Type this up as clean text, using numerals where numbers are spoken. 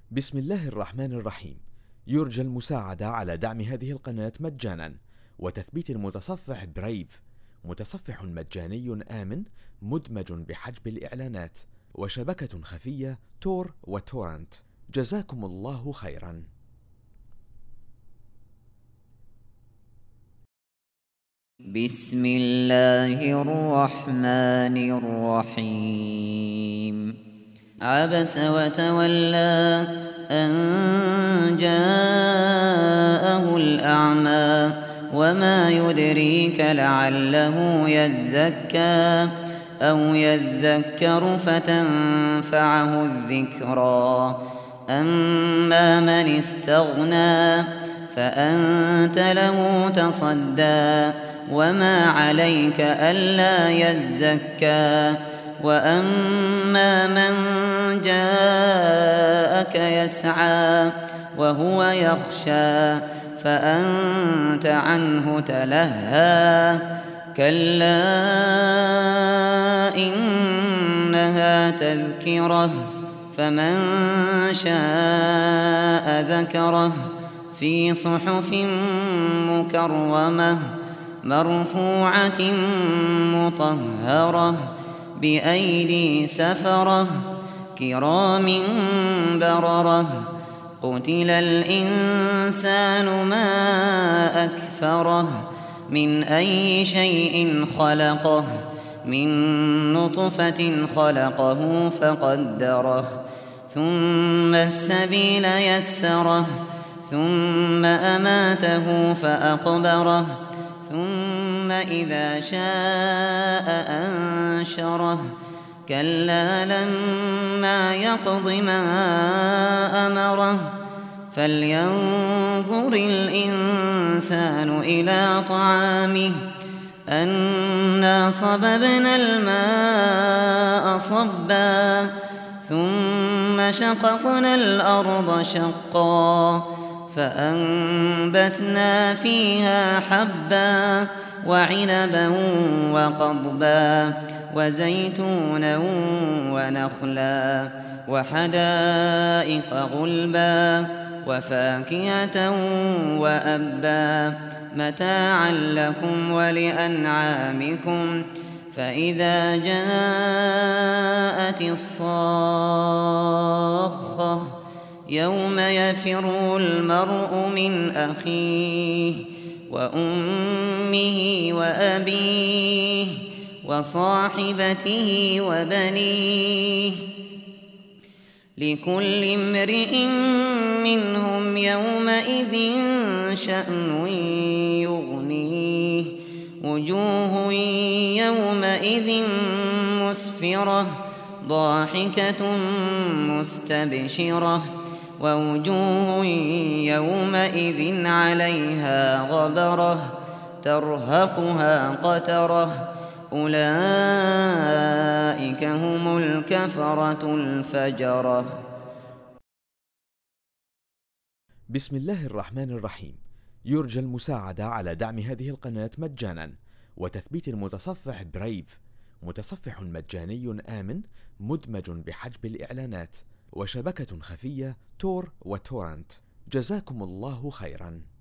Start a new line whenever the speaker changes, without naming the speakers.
بسم الله الرحمن الرحيم. يرجى المساعدة على دعم هذه القناة مجانا وتثبيت المتصفح برايف، متصفح مجاني آمن مدمج بحجب الإعلانات وشبكة خفية تور وتورنت. جزاكم الله خيرا.
بسم الله الرحمن الرحيم. عبس وتولى أن جاءه الأعمى وما يدريك لعله يزكى أو يذكر فتنفعه الذكرى. أما من استغنى فأنت له تصدى وما عليك ألا يزكى. وأما من جاءك يسعى وهو يخشى فأنت عنه تلهى. كلا إنها تذكرة فمن شاء ذكره في صحف مكرمة مرفوعة مطهرة بأيدي سفرة كرام بررة. قتل الإنسان ما أكفره من أي شيء خلقه من نطفة خلقه فقدره ثم السبيل يسره ثم أماته فأقبره ثم إذا شاء أنشره. كلا لما يقض ما أمره فلينظر الإنسان إلى طعامه أنا صببنا الماء صبا ثم شققنا الأرض شقا فأنبتنا فيها حبا وعنبا وقضبا وزيتونا ونخلا وحدائق غلبا وفاكهة وأبا متاعا لكم ولأنعامكم. فإذا جاءت الصاخة يوم يفر المرء من أخيه وأمه وأبيه وصاحبته وبنيه لكل امرئ منهم يومئذ شأن يغنيه. وجوه يومئذ مسفرة ضاحكة مستبشرة ووجوه يومئذ عليها غبرة ترهقها قترة أولئك هم الكفرة الفجرة.
بسم الله الرحمن الرحيم. يرجى المساعدة على دعم هذه القناة مجانا وتثبيت المتصفح برايف، متصفح مجاني آمن مدمج بحجب الإعلانات وشبكة خفية تور وتورنت. جزاكم الله خيرا.